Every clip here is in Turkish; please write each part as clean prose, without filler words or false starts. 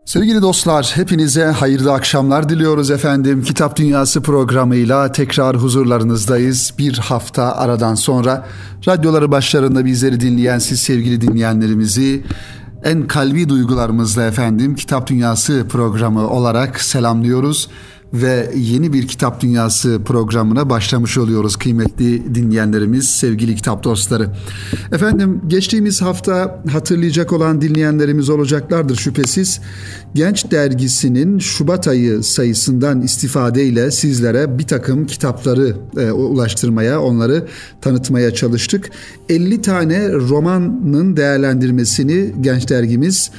Sevgili dostlar, hepinize hayırlı akşamlar diliyoruz efendim. Kitap Dünyası programıyla tekrar huzurlarınızdayız. Bir hafta aradan sonra radyoları başlarında bizleri dinleyen siz sevgili dinleyenlerimizi en kalbi duygularımızla efendim Kitap Dünyası programı olarak selamlıyoruz. Ve yeni bir Kitap Dünyası programına başlamış oluyoruz kıymetli dinleyenlerimiz, sevgili kitap dostları. Efendim geçtiğimiz hafta hatırlayacak olan dinleyenlerimiz olacaklardır şüphesiz. Genç Dergisi'nin Şubat ayı sayısından istifadeyle sizlere bir takım kitapları ulaştırmaya, onları tanıtmaya çalıştık. 50 tane romanın değerlendirmesini Genç Dergimiz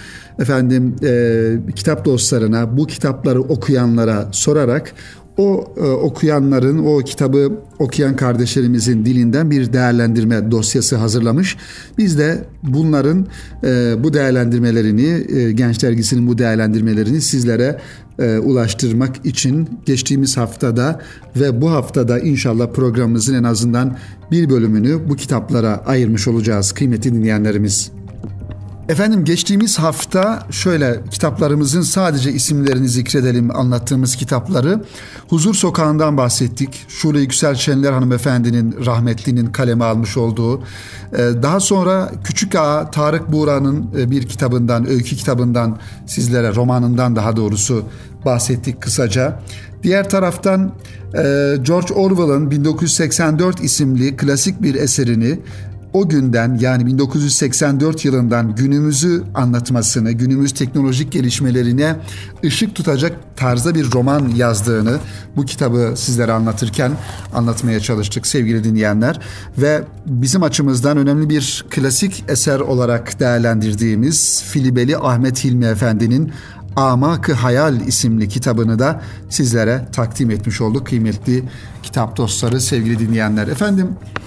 kitap dostlarına, bu kitapları okuyanlara sorarak okuyanların, o kitabı okuyan kardeşlerimizin dilinden bir değerlendirme dosyası hazırlamış. Biz de bunların bu değerlendirmelerini, Genç Dergisi'nin bu değerlendirmelerini sizlere ulaştırmak için geçtiğimiz haftada ve bu haftada inşallah programımızın en azından bir bölümünü bu kitaplara ayırmış olacağız kıymetli dinleyenlerimiz. Efendim geçtiğimiz hafta şöyle kitaplarımızın sadece isimlerini zikredelim, anlattığımız kitapları. Huzur Sokağı'ndan bahsettik. Şule Yüksel Şenler hanımefendinin, rahmetlinin kaleme almış olduğu. Daha sonra Küçük Ağa Tarık Buğra'nın bir kitabından, öykü kitabından sizlere, romanından daha doğrusu bahsettik kısaca. Diğer taraftan George Orwell'ın 1984 isimli klasik bir eserini o günden, yani 1984 yılından günümüzü anlatmasını, günümüz teknolojik gelişmelerine ışık tutacak tarzda bir roman yazdığını bu kitabı sizlere anlatırken anlatmaya çalıştık sevgili dinleyenler. Ve bizim açımızdan önemli bir klasik eser olarak değerlendirdiğimiz Filibeli Ahmet Hilmi Efendi'nin Amak-ı Hayal isimli kitabını da sizlere takdim etmiş olduk kıymetli kitap dostları, sevgili dinleyenler. Efendim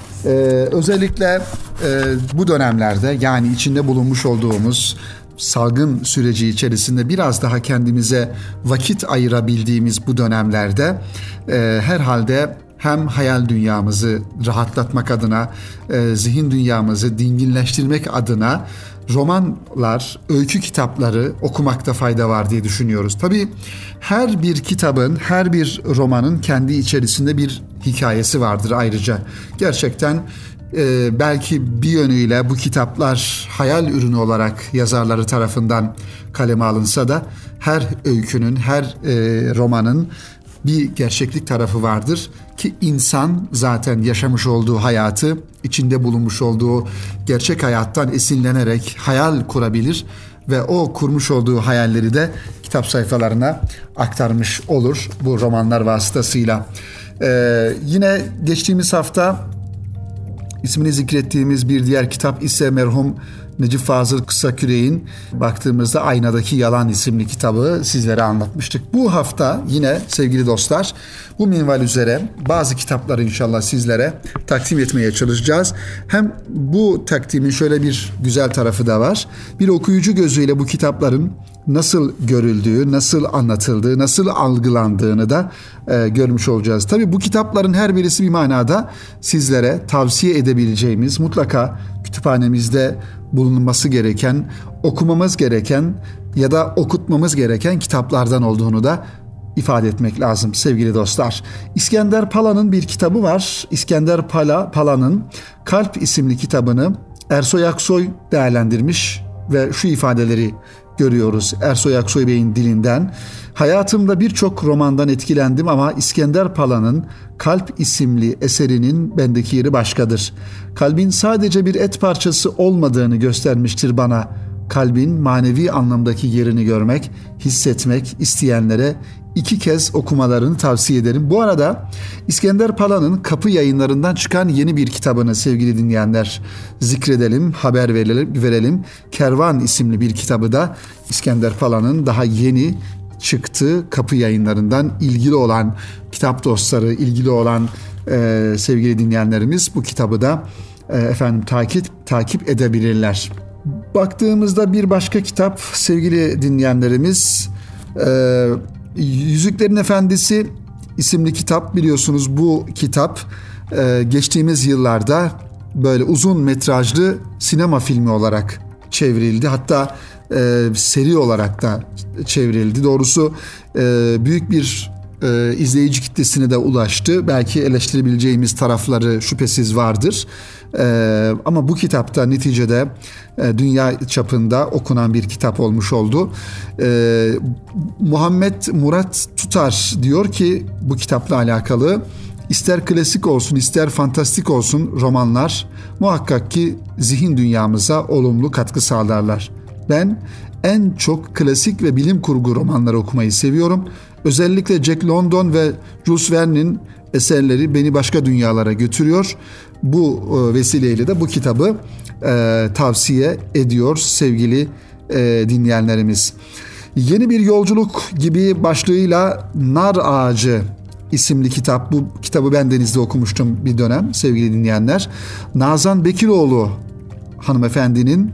özellikle bu dönemlerde, yani içinde bulunmuş olduğumuz salgın süreci içerisinde biraz daha kendimize vakit ayırabildiğimiz bu dönemlerde herhalde hem hayal dünyamızı rahatlatmak adına, zihin dünyamızı dinginleştirmek adına romanlar, öykü kitapları okumakta fayda var diye düşünüyoruz. Tabii her bir kitabın, her bir romanın kendi içerisinde bir hikayesi vardır ayrıca. Gerçekten belki bir yönüyle bu kitaplar hayal ürünü olarak yazarları tarafından kaleme alınsa da her öykünün, her romanın bir gerçeklik tarafı vardır ki insan zaten yaşamış olduğu hayatı, içinde bulunmuş olduğu gerçek hayattan esinlenerek hayal kurabilir ve o kurmuş olduğu hayalleri de kitap sayfalarına aktarmış olur bu romanlar vasıtasıyla. Yine geçtiğimiz hafta ismini zikrettiğimiz bir diğer kitap ise merhum Necip Fazıl Kısaküre'nin baktığımızda Aynadaki Yalan isimli kitabı sizlere anlatmıştık. Bu hafta yine sevgili dostlar bu minval üzere bazı kitapları inşallah sizlere takdim etmeye çalışacağız. Hem bu takdimin şöyle bir güzel tarafı da var. Bir okuyucu gözüyle bu kitapların nasıl görüldüğü, nasıl anlatıldığı, nasıl algılandığını da görmüş olacağız. Tabii bu kitapların her birisi bir manada sizlere tavsiye edebileceğimiz, mutlaka kütüphanemizde bulunması gereken, okumamız gereken ya da okutmamız gereken kitaplardan olduğunu da ifade etmek lazım sevgili dostlar. İskender Pala'nın bir kitabı var. İskender Pala'nın Kalp isimli kitabını Ersoy Aksoy değerlendirmiş ve şu ifadeleri görüyoruz Ersoy Aksoy Bey'in dilinden. Hayatımda birçok romandan etkilendim ama İskender Pala'nın Kalp isimli eserinin bendeki yeri başkadır. Kalbin sadece bir et parçası olmadığını göstermiştir bana. Kalbin manevi anlamdaki yerini görmek, hissetmek isteyenlere 2 kez okumalarını tavsiye ederim. Bu arada İskender Pala'nın Kapı Yayınlarından çıkan yeni bir kitabını sevgili dinleyenler zikredelim, haber verelim. Kervan isimli bir kitabı da İskender Pala'nın daha yeni çıktığı Kapı Yayınlarından ilgili olan kitap dostları, ilgili olan sevgili dinleyenlerimiz bu kitabı da takip edebilirler. Baktığımızda bir başka kitap sevgili dinleyenlerimiz Yüzüklerin Efendisi isimli kitap, biliyorsunuz bu kitap geçtiğimiz yıllarda böyle uzun metrajlı sinema filmi olarak çevrildi. Hatta seri olarak da çevrildi. Doğrusu büyük bir izleyici kitlesine de ulaştı. Belki eleştirebileceğimiz tarafları şüphesiz vardır. Ama bu kitapta neticede dünya çapında okunan bir kitap olmuş oldu. Muhammed Murat Tutar diyor ki bu kitapla alakalı, ister klasik olsun ister fantastik olsun romanlar muhakkak ki zihin dünyamıza olumlu katkı sağlarlar. Ben en çok klasik ve bilim kurgu romanları okumayı seviyorum. Özellikle Jack London ve Jules Verne'in eserleri beni başka dünyalara götürüyor. Bu vesileyle de bu kitabı tavsiye ediyor sevgili dinleyenlerimiz. Yeni bir yolculuk gibi başlığıyla Nar Ağacı isimli kitap. Bu kitabı ben Deniz'de okumuştum bir dönem sevgili dinleyenler. Nazan Bekiroğlu hanımefendinin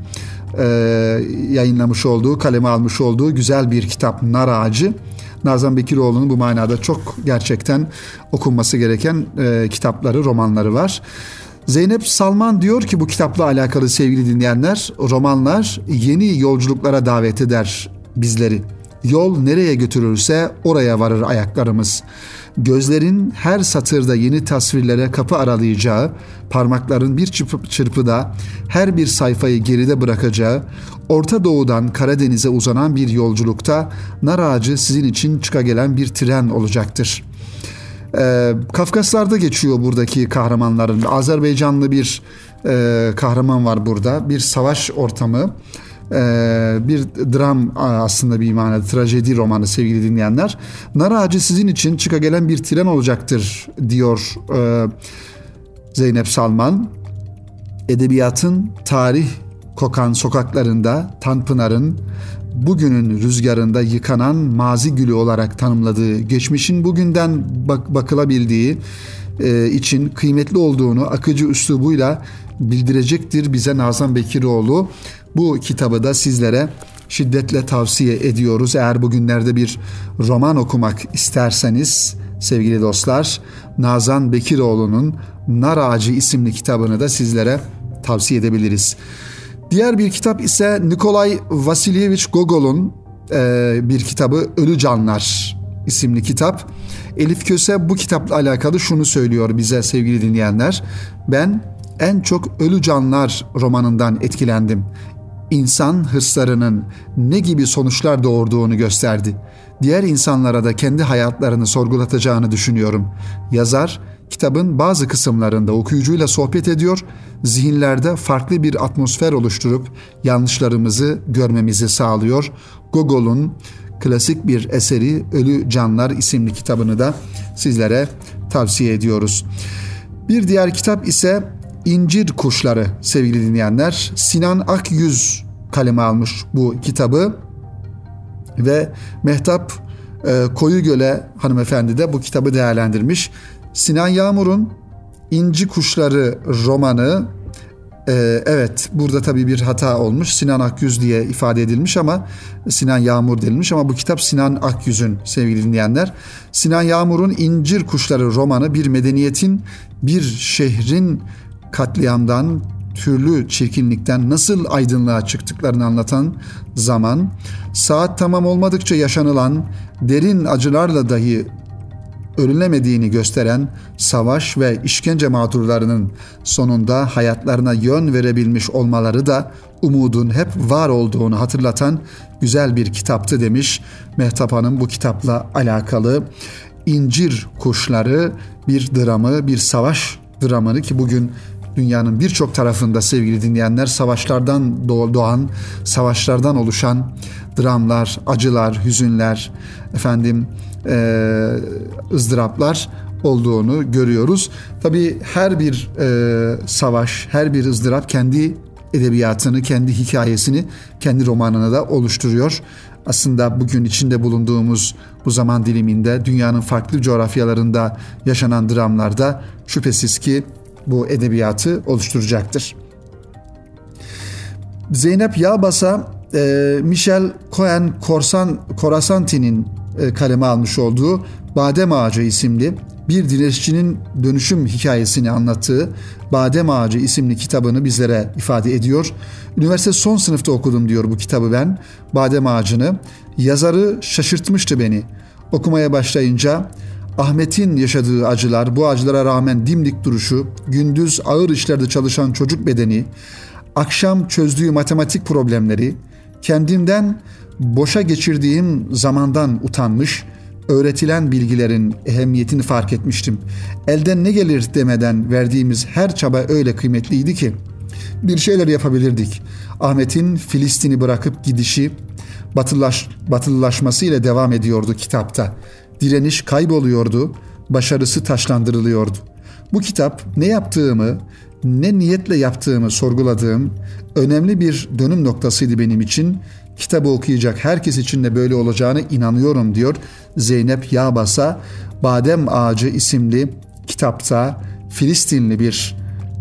yayınlamış olduğu, kaleme almış olduğu güzel bir kitap Nar Ağacı. Nazan Bekiroğlu'nun bu manada çok gerçekten okunması gereken kitapları, romanları var. Zeynep Salman diyor ki bu kitapla alakalı sevgili dinleyenler, romanlar yeni yolculuklara davet eder bizleri. Yol nereye götürürse oraya varır ayaklarımız. Gözlerin her satırda yeni tasvirlere kapı aralayacağı, parmakların bir çırpıda her bir sayfayı geride bırakacağı, Orta Doğu'dan Karadeniz'e uzanan bir yolculukta nar ağacı sizin için çıkagelen bir tren olacaktır. Kafkaslar'da geçiyor buradaki kahramanların. Azerbaycanlı bir kahraman var burada. Bir savaş ortamı. Bir dram aslında bir manada, trajedi romanı sevgili dinleyenler. Nar ağacı sizin için çıkagelen bir tren olacaktır diyor Zeynep Salman. Edebiyatın tarih kokan sokaklarında Tanpınar'ın bugünün rüzgarında yıkanan mazi gülü olarak tanımladığı, geçmişin bugünden bakılabildiği için kıymetli olduğunu akıcı üslubuyla bildirecektir bize Nazan Bekiroğlu. Bu kitabı da sizlere şiddetle tavsiye ediyoruz. Eğer bugünlerde bir roman okumak isterseniz sevgili dostlar, Nazan Bekiroğlu'nun Nar Ağacı isimli kitabını da sizlere tavsiye edebiliriz. Diğer bir kitap ise Nikolay Vasilyevich Gogol'un bir kitabı Ölü Canlar isimli kitap. Elif Köse bu kitapla alakalı şunu söylüyor bize sevgili dinleyenler. Ben en çok Ölü Canlar romanından etkilendim. İnsan hırslarının ne gibi sonuçlar doğurduğunu gösterdi. Diğer insanlara da kendi hayatlarını sorgulatacağını düşünüyorum. Yazar, kitabın bazı kısımlarında okuyucuyla sohbet ediyor, zihinlerde farklı bir atmosfer oluşturup yanlışlarımızı görmemizi sağlıyor. Gogol'un klasik bir eseri Ölü Canlar isimli kitabını da sizlere tavsiye ediyoruz. Bir diğer kitap ise İncir Kuşları sevgili dinleyenler. Sinan Akyüz kaleme almış bu kitabı ve Mehtap Koyugöle hanımefendi de bu kitabı değerlendirmiş. Sinan Yağmur'un İnci Kuşları romanı, evet burada tabii bir hata olmuş. Sinan Akyüz diye ifade edilmiş ama Sinan Yağmur denilmiş ama bu kitap Sinan Akyüz'ün sevgili dinleyenler. Sinan Yağmur'un İncir Kuşları romanı bir medeniyetin, bir şehrin katliamdan, türlü çirkinlikten nasıl aydınlığa çıktıklarını anlatan zaman, saat tamam olmadıkça yaşanılan derin acılarla dahi önlenemediğini gösteren savaş ve işkence mağdurlarının sonunda hayatlarına yön verebilmiş olmaları da umudun hep var olduğunu hatırlatan güzel bir kitaptı demiş Mehtap Hanım bu kitapla alakalı. İncir Kuşları bir dramı, bir savaş dramını ki bugün dünyanın birçok tarafında sevgili dinleyenler savaşlardan doğan, savaşlardan oluşan dramlar, acılar, hüzünler, ızdıraplar olduğunu görüyoruz. Tabii her bir savaş, her bir ızdırap kendi edebiyatını, kendi hikayesini, kendi romanını da oluşturuyor. Aslında bugün içinde bulunduğumuz bu zaman diliminde dünyanın farklı coğrafyalarında yaşanan dramlarda şüphesiz ki bu edebiyatı oluşturacaktır. Zeynep Yağbas'a Michel Cohen Corsanti'nin kaleme almış olduğu Badem Ağacı isimli bir direnişçinin dönüşüm hikayesini anlattığı Badem Ağacı isimli kitabını bizlere ifade ediyor. Üniversite son sınıfta okudum diyor bu kitabı ben. Badem Ağacı'nı. Yazarı şaşırtmıştı beni. Okumaya başlayınca Ahmet'in yaşadığı acılar, bu acılara rağmen dimdik duruşu, gündüz ağır işlerde çalışan çocuk bedeni, akşam çözdüğü matematik problemleri, kendimden boşa geçirdiğim zamandan utanmış, öğretilen bilgilerin ehemmiyetini fark etmiştim. Elden ne gelir demeden verdiğimiz her çaba öyle kıymetliydi ki bir şeyler yapabilirdik. Ahmet'in Filistin'i bırakıp gidişi batılılaşması ile devam ediyordu kitapta. Direniş kayboluyordu, başarısı taşlandırılıyordu. Bu kitap ne yaptığımı, ne niyetle yaptığımı sorguladığım önemli bir dönüm noktasıydı benim için. Kitabı okuyacak herkes için de böyle olacağına inanıyorum diyor Zeynep Yağbas'a. Badem Ağacı isimli kitapta Filistinli bir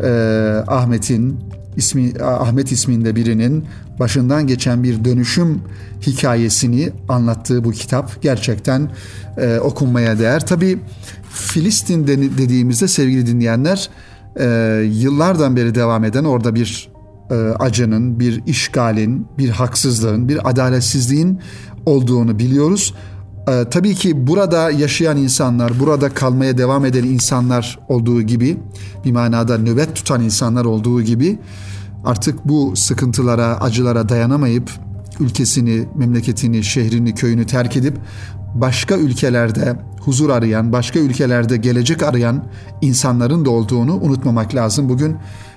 Ahmet isminde birinin başından geçen bir dönüşüm hikayesini anlattığı bu kitap gerçekten okunmaya değer. Tabii Filistin dediğimizde sevgili dinleyenler yıllardan beri devam eden orada bir acının, bir işgalin, bir haksızlığın, bir adaletsizliğin olduğunu biliyoruz. Tabii ki burada yaşayan insanlar, burada kalmaya devam eden insanlar olduğu gibi, bir manada nöbet tutan insanlar olduğu gibi artık bu sıkıntılara, acılara dayanamayıp ülkesini, memleketini, şehrini, köyünü terk edip başka ülkelerde huzur arayan, başka ülkelerde gelecek arayan insanların da olduğunu unutmamak lazım. Bugün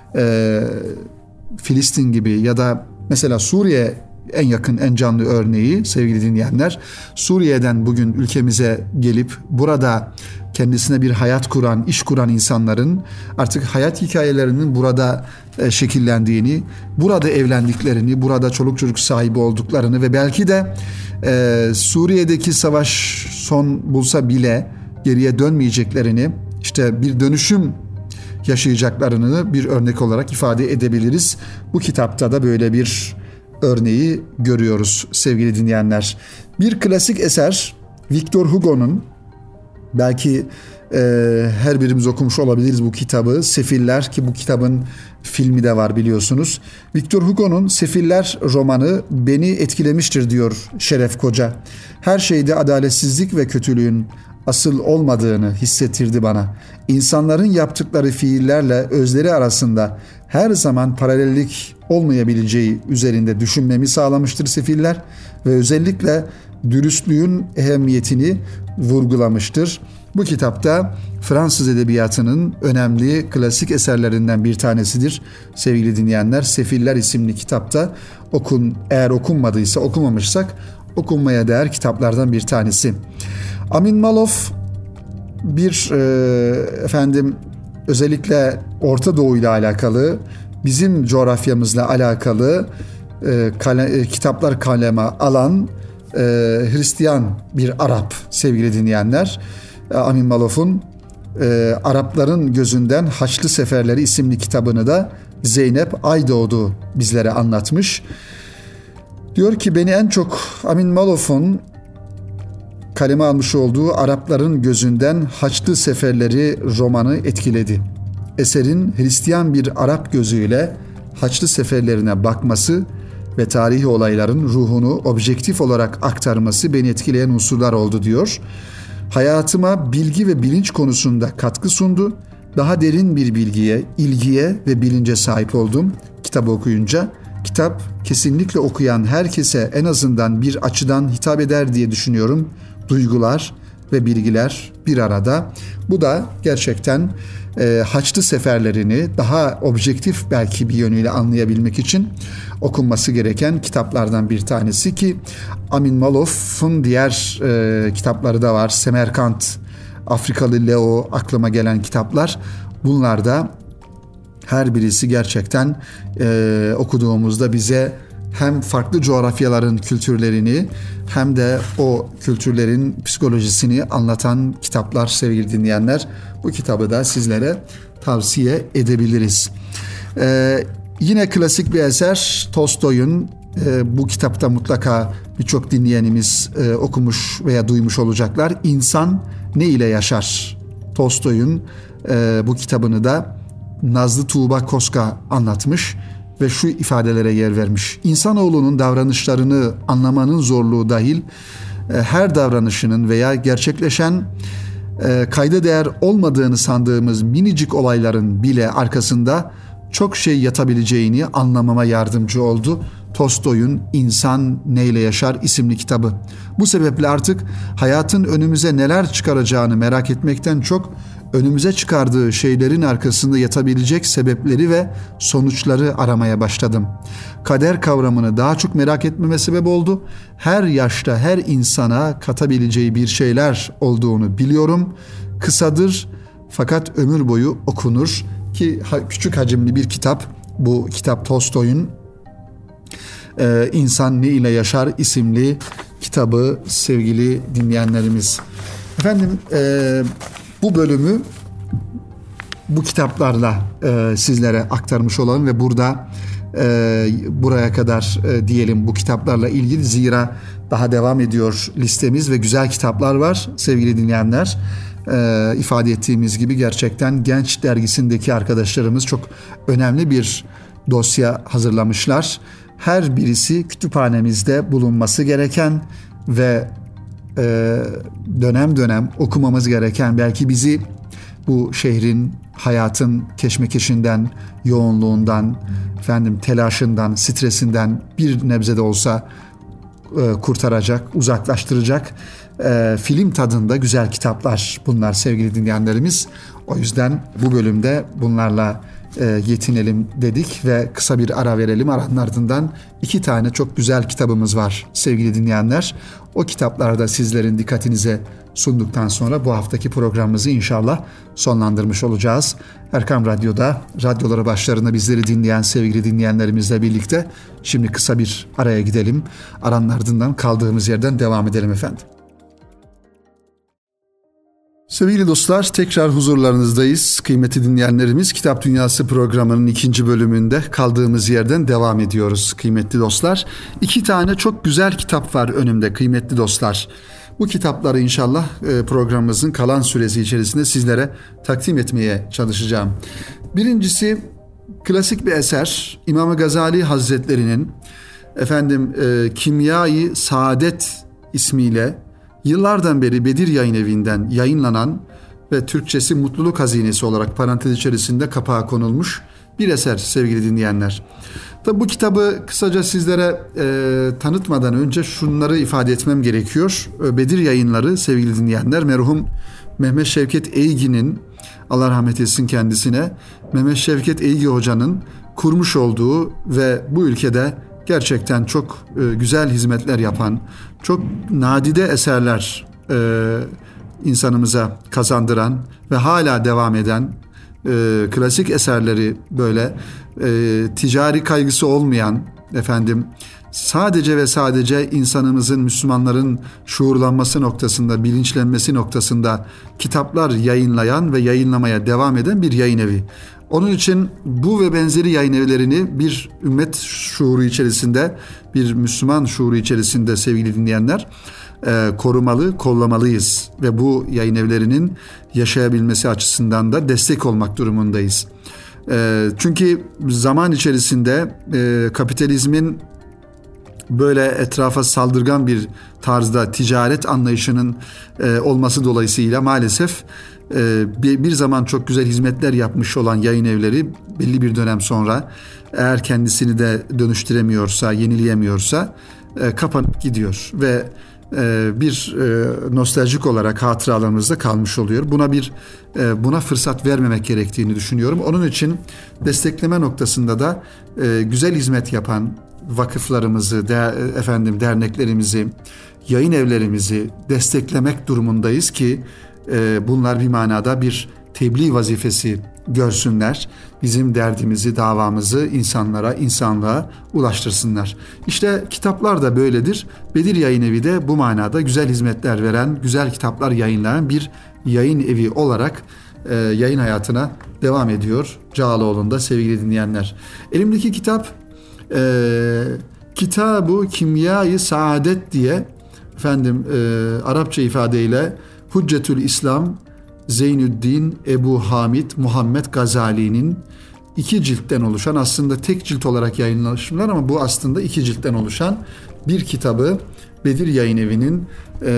Filistin gibi ya da mesela Suriye en yakın, en canlı örneği sevgili dinleyenler. Suriye'den bugün ülkemize gelip burada kendisine bir hayat kuran, iş kuran insanların artık hayat hikayelerinin burada şekillendiğini, burada evlendiklerini, burada çoluk çocuk sahibi olduklarını ve belki de Suriye'deki savaş son bulsa bile geriye dönmeyeceklerini, işte bir dönüşüm yaşayacaklarını bir örnek olarak ifade edebiliriz. Bu kitapta da böyle bir örneği görüyoruz sevgili dinleyenler. Bir klasik eser Victor Hugo'nun, belki her birimiz okumuş olabiliriz bu kitabı. Sefiller, ki bu kitabın filmi de var biliyorsunuz. Victor Hugo'nun Sefiller romanı beni etkilemiştir diyor Şeref Koca. Her şeyde adaletsizlik ve kötülüğün asıl olmadığını hissettirdi bana. İnsanların yaptıkları fiillerle özleri arasında her zaman paralellik olmayabileceği üzerinde düşünmemi sağlamıştır Sefiller ve özellikle dürüstlüğün ehemmiyetini vurgulamıştır. Bu kitapta Fransız edebiyatının önemli klasik eserlerinden bir tanesidir. Sevgili dinleyenler, Sefiller isimli kitapta eğer okunmadıysa, okumamışsak okunmaya değer kitaplardan bir tanesi. Amin Maluf bir özellikle Orta Doğu ile alakalı, bizim coğrafyamızla alakalı kitaplar kaleme alan Hristiyan bir Arap sevgili dinleyenler. Amin Maluf'un Arapların Gözünden Haçlı Seferleri isimli kitabını da Zeynep Aydoğdu bizlere anlatmış. Diyor ki beni en çok Amin Maluf'un kaleme almış olduğu Arapların Gözünden Haçlı Seferleri romanı etkiledi. Eserin Hristiyan bir Arap gözüyle Haçlı seferlerine bakması ve tarihi olayların ruhunu objektif olarak aktarması beni etkileyen unsurlar oldu diyor. Hayatıma bilgi ve bilinç konusunda katkı sundu. Daha derin bir bilgiye, ilgiye ve bilince sahip oldum kitabı okuyunca. Kitap kesinlikle okuyan herkese en azından bir açıdan hitap eder diye düşünüyorum. Duygular ve bilgiler bir arada. Bu da gerçekten Haçlı seferlerini daha objektif belki bir yönüyle anlayabilmek için okunması gereken kitaplardan bir tanesi ki Amin Maluf'un diğer kitapları da var. Semerkant, Afrikalı Leo, aklıma gelen kitaplar. Bunlar da her birisi gerçekten okuduğumuzda bize hem farklı coğrafyaların kültürlerini hem de o kültürlerin psikolojisini anlatan kitaplar sevgili dinleyenler. Bu kitabı da sizlere tavsiye edebiliriz. Yine klasik bir eser Tolstoy'un, bu kitapta mutlaka birçok dinleyenimiz okumuş veya duymuş olacaklar. İnsan ne ile yaşar Tolstoy'un bu kitabını da Nazlı Tuğba Koska anlatmış ve şu ifadelere yer vermiş. İnsanoğlunun davranışlarını anlamanın zorluğu dahil her davranışının veya gerçekleşen kayda değer olmadığını sandığımız minicik olayların bile arkasında çok şey yatabileceğini anlamama yardımcı oldu. Tolstoy'un İnsan Neyle Yaşar isimli kitabı. Bu sebeple artık hayatın önümüze neler çıkaracağını merak etmekten çok önümüze çıkardığı şeylerin arkasında yatabilecek sebepleri ve sonuçları aramaya başladım. Kader kavramını daha çok merak etmeme sebep oldu. Her yaşta her insana katabileceği bir şeyler olduğunu biliyorum. Kısadır fakat ömür boyu okunur ki küçük hacimli bir kitap. Bu kitap Tolstoy'un İnsan Ne ile Yaşar isimli kitabı sevgili dinleyenlerimiz. Efendim bu bölümü bu kitaplarla sizlere aktarmış olalım ve burada buraya kadar diyelim bu kitaplarla ilgili, zira daha devam ediyor listemiz ve güzel kitaplar var sevgili dinleyenler. İfade ettiğimiz gibi gerçekten Genç Dergisi'ndeki arkadaşlarımız çok önemli bir dosya hazırlamışlar. Her birisi kütüphanemizde bulunması gereken ve dönem dönem okumamız gereken, belki bizi bu şehrin, hayatın keşmekeşinden, yoğunluğundan, telaşından, stresinden bir nebze de olsa kurtaracak, uzaklaştıracak film tadında güzel kitaplar bunlar sevgili dinleyenlerimiz. O yüzden bu bölümde bunlarla yetinelim dedik ve kısa bir ara verelim. Aranın ardından 2 tane çok güzel kitabımız var sevgili dinleyenler. O kitaplarda sizlerin dikkatinize sunduktan sonra bu haftaki programımızı inşallah sonlandırmış olacağız. Erkam Radyo'da, radyoları başlarında bizleri dinleyen sevgili dinleyenlerimizle birlikte şimdi kısa bir araya gidelim. Aranın ardından kaldığımız yerden devam edelim efendim. Sevgili dostlar, tekrar huzurlarınızdayız. Kıymetli dinleyenlerimiz, Kitap Dünyası programının 2. bölümünde kaldığımız yerden devam ediyoruz kıymetli dostlar. 2 tane çok güzel kitap var önümde kıymetli dostlar. Bu kitapları inşallah programımızın kalan süresi içerisinde sizlere takdim etmeye çalışacağım. Birincisi klasik bir eser, İmam Gazali Hazretleri'nin Kimya-i Saadet ismiyle yıllardan beri Bedir Yayınevi'nden yayınlanan ve Türkçesi Mutluluk Hazinesi olarak parantez içerisinde kapağı konulmuş bir eser sevgili dinleyenler. Tabi bu kitabı kısaca sizlere tanıtmadan önce şunları ifade etmem gerekiyor. Bedir Yayınları sevgili dinleyenler, merhum Mehmet Şevket Eygi'nin, Allah rahmet etsin kendisine, Mehmet Şevket Eygi Hoca'nın kurmuş olduğu ve bu ülkede gerçekten çok güzel hizmetler yapan, çok nadide eserler insanımıza kazandıran ve hala devam eden klasik eserleri böyle ticari kaygısı olmayan sadece ve sadece insanımızın, Müslümanların şuurlanması noktasında, bilinçlenmesi noktasında kitaplar yayınlayan ve yayınlamaya devam eden bir yayın evi. Onun için bu ve benzeri yayın evlerini bir ümmet şuuru içerisinde, bir Müslüman şuuru içerisinde sevgili dinleyenler korumalı, kollamalıyız ve bu yayın evlerinin yaşayabilmesi açısından da destek olmak durumundayız. Çünkü zaman içerisinde kapitalizmin böyle etrafa saldırgan bir tarzda ticaret anlayışının olması dolayısıyla maalesef bir zaman çok güzel hizmetler yapmış olan yayın evleri belli bir dönem sonra eğer kendisini de dönüştüremiyorsa, yenileyemiyorsa kapanıp gidiyor ve bir nostaljik olarak hatıralarımızda kalmış oluyor. Buna fırsat vermemek gerektiğini düşünüyorum. Onun için destekleme noktasında da güzel hizmet yapan vakıflarımızı, derneklerimizi, yayın evlerimizi desteklemek durumundayız ki bunlar bir manada bir tebliğ vazifesi görsünler. Bizim derdimizi, davamızı insanlığa ulaştırsınlar. İşte kitaplar da böyledir. Bedir Yayın Evi de bu manada güzel hizmetler veren, güzel kitaplar yayınlayan bir yayın evi olarak yayın hayatına devam ediyor Cağaloğlu'nda sevgili dinleyenler. Elimdeki kitap Kitab-ı Kimya-i Saadet diye Arapça ifadeyle Hüccetül İslam Zeynüddin Ebu Hamid Muhammed Gazali'nin 2 ciltten oluşan, aslında tek cilt olarak yayınlanmışlar ama bu aslında 2 ciltten oluşan bir kitabı Bedir Yayın Evi'nin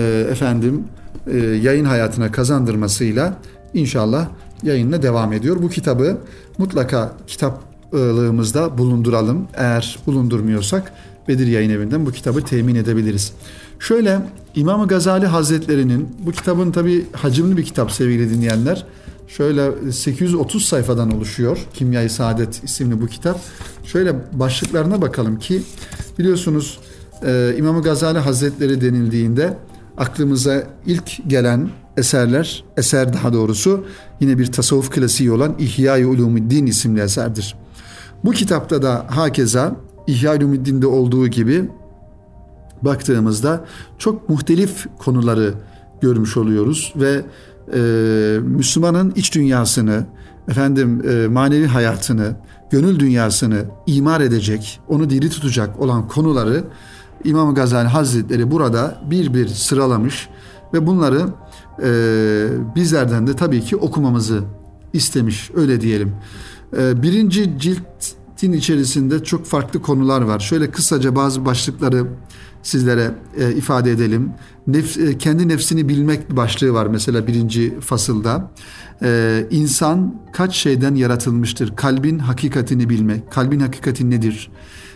yayın hayatına kazandırmasıyla inşallah yayınına devam ediyor. Bu kitabı mutlaka kitaplığımızda bulunduralım. Eğer bulundurmuyorsak Bedir Yayın Evi'nden bu kitabı temin edebiliriz. Şöyle, İmam Gazali Hazretleri'nin, bu kitabın tabi hacimli bir kitap sevgili dinleyenler. Şöyle 830 sayfadan oluşuyor Kimya-i Saadet isimli bu kitap. Şöyle başlıklarına bakalım ki biliyorsunuz İmam Gazali Hazretleri denildiğinde aklımıza ilk gelen eser daha doğrusu yine bir tasavvuf klasiği olan İhya-i Ulumuddin isimli eserdir. Bu kitapta da hakeza İhya-i Ulumuddin'de olduğu gibi baktığımızda çok muhtelif konuları görmüş oluyoruz ve Müslümanın iç dünyasını, manevi hayatını, gönül dünyasını imar edecek, onu diri tutacak olan konuları İmam Gazali Hazretleri burada bir bir sıralamış ve bunları bizlerden de tabii ki okumamızı istemiş, öyle diyelim. Birinci ciltin içerisinde çok farklı konular var. Şöyle kısaca bazı başlıkları sizlere ifade edelim. Kendi nefsini bilmek başlığı var mesela birinci fasılda. İnsan kaç şeyden yaratılmıştır? Kalbin hakikatini bilmek. Kalbin hakikati nedir?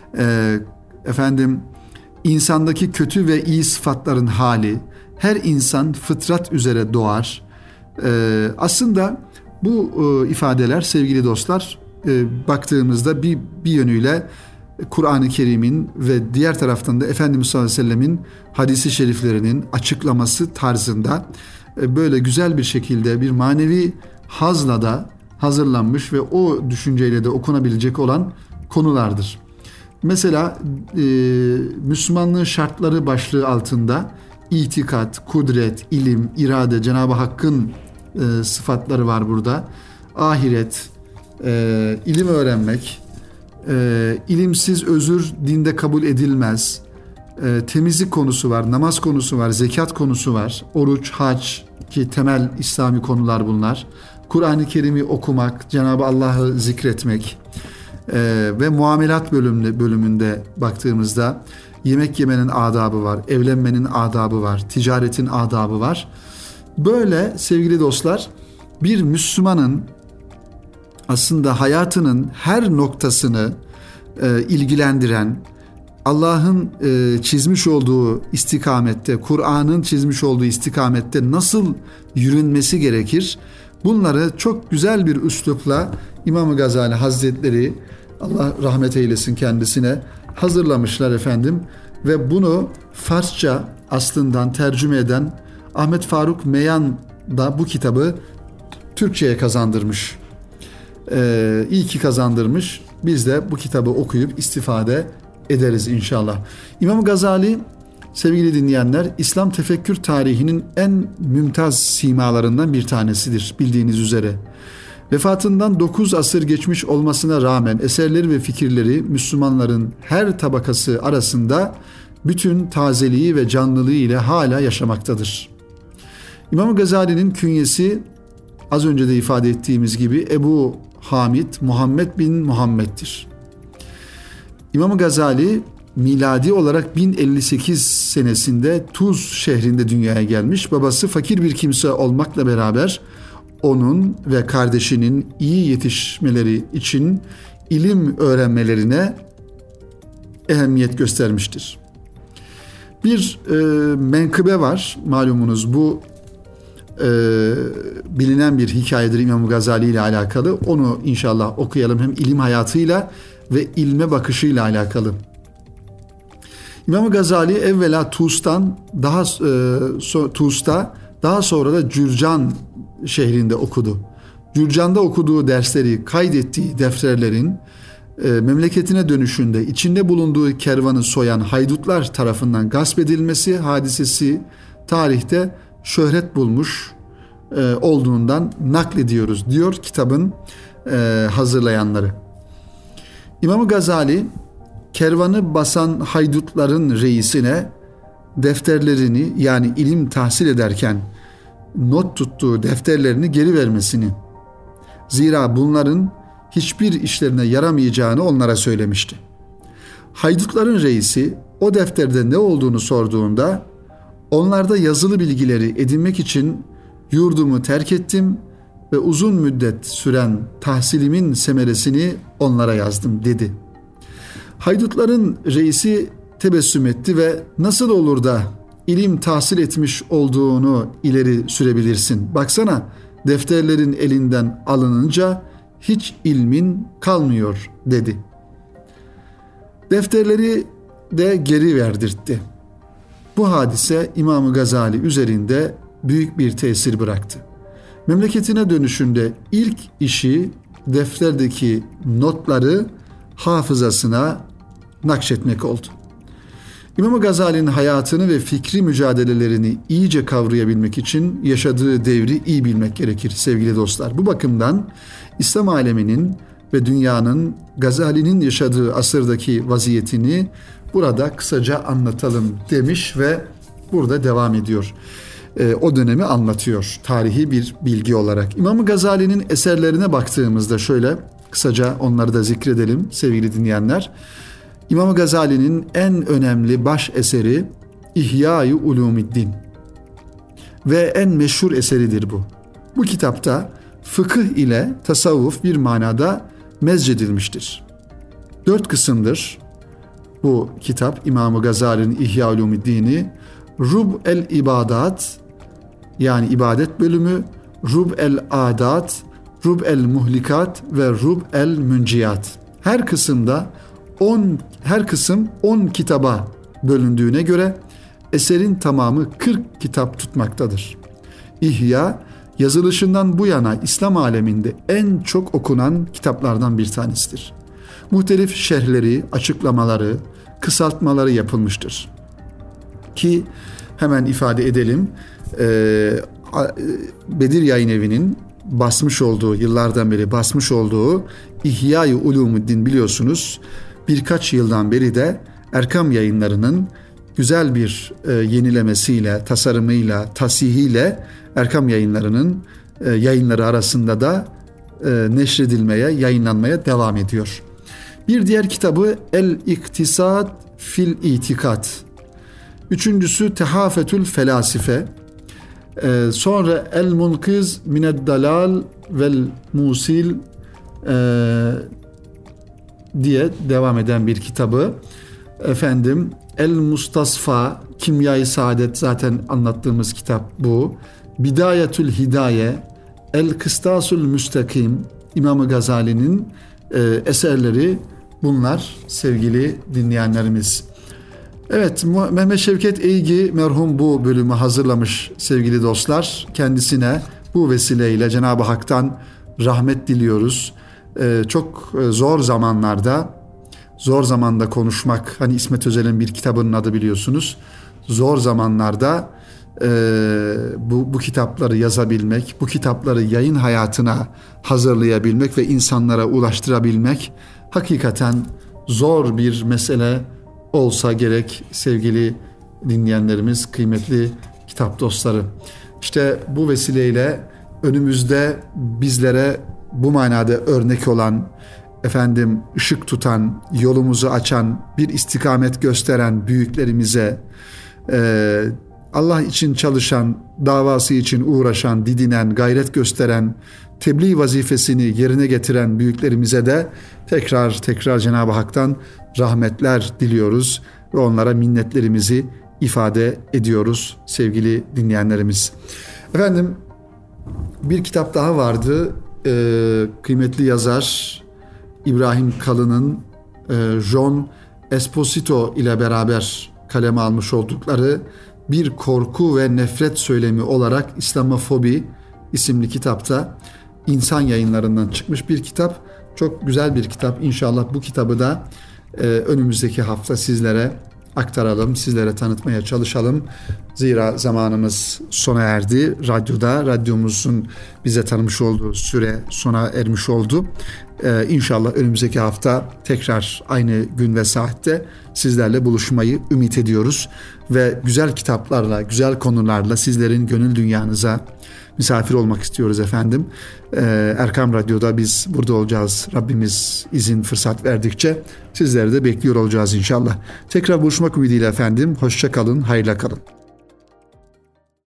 İnsandaki kötü ve iyi sıfatların hali. Her insan fıtrat üzere doğar. Aslında bu ifadeler sevgili dostlar baktığımızda bir yönüyle Kur'an-ı Kerim'in ve diğer taraftan da Efendimiz sallallahu aleyhi ve sellemin hadisi şeriflerinin açıklaması tarzında böyle güzel bir şekilde bir manevi hazla da hazırlanmış ve o düşünceyle de okunabilecek olan konulardır. Mesela Müslümanlığın şartları başlığı altında itikat, kudret, ilim, irade, Cenab-ı Hakk'ın sıfatları var burada. Ahiret, ilim öğrenmek, ilimsiz özür dinde kabul edilmez. Temizlik konusu var, namaz konusu var, zekat konusu var, oruç, hac ki temel İslami konular bunlar. Kur'an-ı Kerim'i okumak, Cenab-ı Allah'ı zikretmek ve muamelat bölümünde baktığımızda yemek yemenin adabı var, evlenmenin adabı var, ticaretin adabı var. Böyle sevgili dostlar bir Müslümanın aslında hayatının her noktasını ilgilendiren, Allah'ın çizmiş olduğu istikamette, Kur'an'ın çizmiş olduğu istikamette nasıl yürünmesi gerekir? Bunları çok güzel bir üslupla İmam Gazali Hazretleri, Allah rahmet eylesin kendisine, hazırlamışlar ve bunu Farsça aslından tercüme eden Ahmet Faruk Meyan da bu kitabı Türkçe'ye kazandırmış. İyi ki kazandırmış. Biz de bu kitabı okuyup istifade ederiz inşallah. İmam Gazali sevgili dinleyenler İslam tefekkür tarihinin en mümtaz simalarından bir tanesidir bildiğiniz üzere. Vefatından 9 asır geçmiş olmasına rağmen eserleri ve fikirleri Müslümanların her tabakası arasında bütün tazeliği ve canlılığı ile hala yaşamaktadır. İmam Gazali'nin künyesi az önce de ifade ettiğimiz gibi Ebu Hamid Muhammed bin Muhammed'dir. İmam Gazali miladi olarak 1058 senesinde Tuz şehrinde dünyaya gelmiş. Babası fakir bir kimse olmakla beraber onun ve kardeşinin iyi yetişmeleri için ilim öğrenmelerine ehemmiyet göstermiştir. Bir menkıbe var malumunuz, bu bilinen bir hikayedir İmam Gazali ile alakalı. Onu inşallah okuyalım, hem ilim hayatıyla ve ilme bakışıyla alakalı. İmam Gazali evvela Tuz'da daha sonra da Cürcan şehrinde okudu. Cürcan'da okuduğu dersleri kaydettiği defterlerin memleketine dönüşünde içinde bulunduğu kervanı soyan haydutlar tarafından gasp edilmesi hadisesi tarihte şöhret bulmuş olduğundan naklediyoruz diyor kitabın hazırlayanları. İmam Gazali kervanı basan haydutların reisine defterlerini, yani ilim tahsil ederken not tuttuğu defterlerini geri vermesini. Zira bunların hiçbir işlerine yaramayacağını onlara söylemişti. Haydutların reisi o defterde ne olduğunu sorduğunda onlarda yazılı bilgileri edinmek için yurdumu terk ettim ve uzun müddet süren tahsilimin semeresini onlara yazdım dedi. Haydutların reisi tebessüm etti ve nasıl olur da ilim tahsil etmiş olduğunu ileri sürebilirsin? Baksana, defterlerin elinden alınınca hiç ilmin kalmıyor dedi. Defterleri de geri verdirtti. Bu hadise İmam-ı Gazali üzerinde büyük bir tesir bıraktı. Memleketine dönüşünde ilk işi defterdeki notları hafızasına nakşetmek oldu. İmam-ı Gazali'nin hayatını ve fikri mücadelelerini iyice kavrayabilmek için yaşadığı devri iyi bilmek gerekir sevgili dostlar. Bu bakımdan İslam aleminin ve dünyanın Gazali'nin yaşadığı asırdaki vaziyetini burada kısaca anlatalım demiş ve burada devam ediyor. O dönemi anlatıyor tarihi bir bilgi olarak. İmam-ı Gazali'nin eserlerine baktığımızda şöyle kısaca onları da zikredelim sevgili dinleyenler. İmam-ı Gazali'nin en önemli baş eseri İhya-i Ulûmiddin ve en meşhur eseridir bu. Bu kitapta fıkıh ile tasavvuf bir manada mezcedilmiştir. 4 kısımdır bu kitap İmam-ı Gazali'nin İhya-i Ulûmiddin'i. Rub el-İbadat yani ibadet bölümü, Rub el-Adat, Rub el-Muhlikat ve Rub el-Münciyat. Her kısım 10 kitaba bölündüğüne göre eserin tamamı 40 kitap tutmaktadır. İhya, yazılışından bu yana İslam aleminde en çok okunan kitaplardan bir tanesidir. Muhtelif şerhleri, açıklamaları, kısaltmaları yapılmıştır. Ki hemen ifade edelim, Bedir Yayınevi'nin yıllardan beri basmış olduğu İhya-i Ulûmiddin biliyorsunuz, birkaç yıldan beri de Erkam Yayınları'nın güzel bir yenilemesiyle, tasarımıyla, tasihiyle Erkam Yayınları'nın yayınları arasında da neşredilmeye, yayınlanmaya devam ediyor. Bir diğer kitabı El-İktisad fil İtikat. Üçüncüsü Tehafetül Felasife. Sonra El-Munkiz Mineddalal vel Musil diye devam eden bir kitabı. El-Mustasfa, Kimya-i Saadet, zaten anlattığımız kitap bu. Bidayetül Hidaye, El-Kıstasul Müstakim, İmam-ı Gazali'nin eserleri bunlar sevgili dinleyenlerimiz. Evet, Mehmet Şevket Eygi merhum bu bölümü hazırlamış sevgili dostlar. Kendisine bu vesileyle Cenab-ı Hak'tan rahmet diliyoruz. Çok zor zamanda konuşmak, hani İsmet Özel'in bir kitabının adı biliyorsunuz. Zor zamanlarda bu kitapları yazabilmek, bu kitapları yayın hayatına hazırlayabilmek ve insanlara ulaştırabilmek hakikaten zor bir mesele olsa gerek sevgili dinleyenlerimiz, kıymetli kitap dostları. İşte bu vesileyle önümüzde bizlere bu manada örnek olan, ışık tutan, yolumuzu açan, bir istikamet gösteren büyüklerimize, Allah için çalışan, davası için uğraşan, didinen, gayret gösteren, tebliğ vazifesini yerine getiren büyüklerimize de tekrar Cenab-ı Hak'tan rahmetler diliyoruz ve onlara minnetlerimizi ifade ediyoruz sevgili dinleyenlerimiz. Bir kitap daha vardı. Kıymetli yazar İbrahim Kalın'ın John Esposito ile beraber kaleme almış oldukları Bir Korku ve Nefret Söylemi olarak İslamofobi isimli kitapta İnsan Yayınları'ndan çıkmış bir kitap. Çok güzel bir kitap. İnşallah bu kitabı da önümüzdeki hafta sizlere aktaralım, sizlere tanıtmaya çalışalım. Zira zamanımız sona erdi. Radyomuzun bize tanımış olduğu süre sona ermiş oldu. İnşallah önümüzdeki hafta tekrar aynı gün ve saatte sizlerle buluşmayı ümit ediyoruz. Ve güzel kitaplarla, güzel konularla sizlerin gönül dünyanıza misafir olmak istiyoruz efendim. Erkam Radyo'da biz burada olacağız. Rabbimiz izin, fırsat verdikçe sizleri de bekliyor olacağız inşallah. Tekrar buluşmak ümidiyle efendim. Hoşça kalın, hayırla kalın.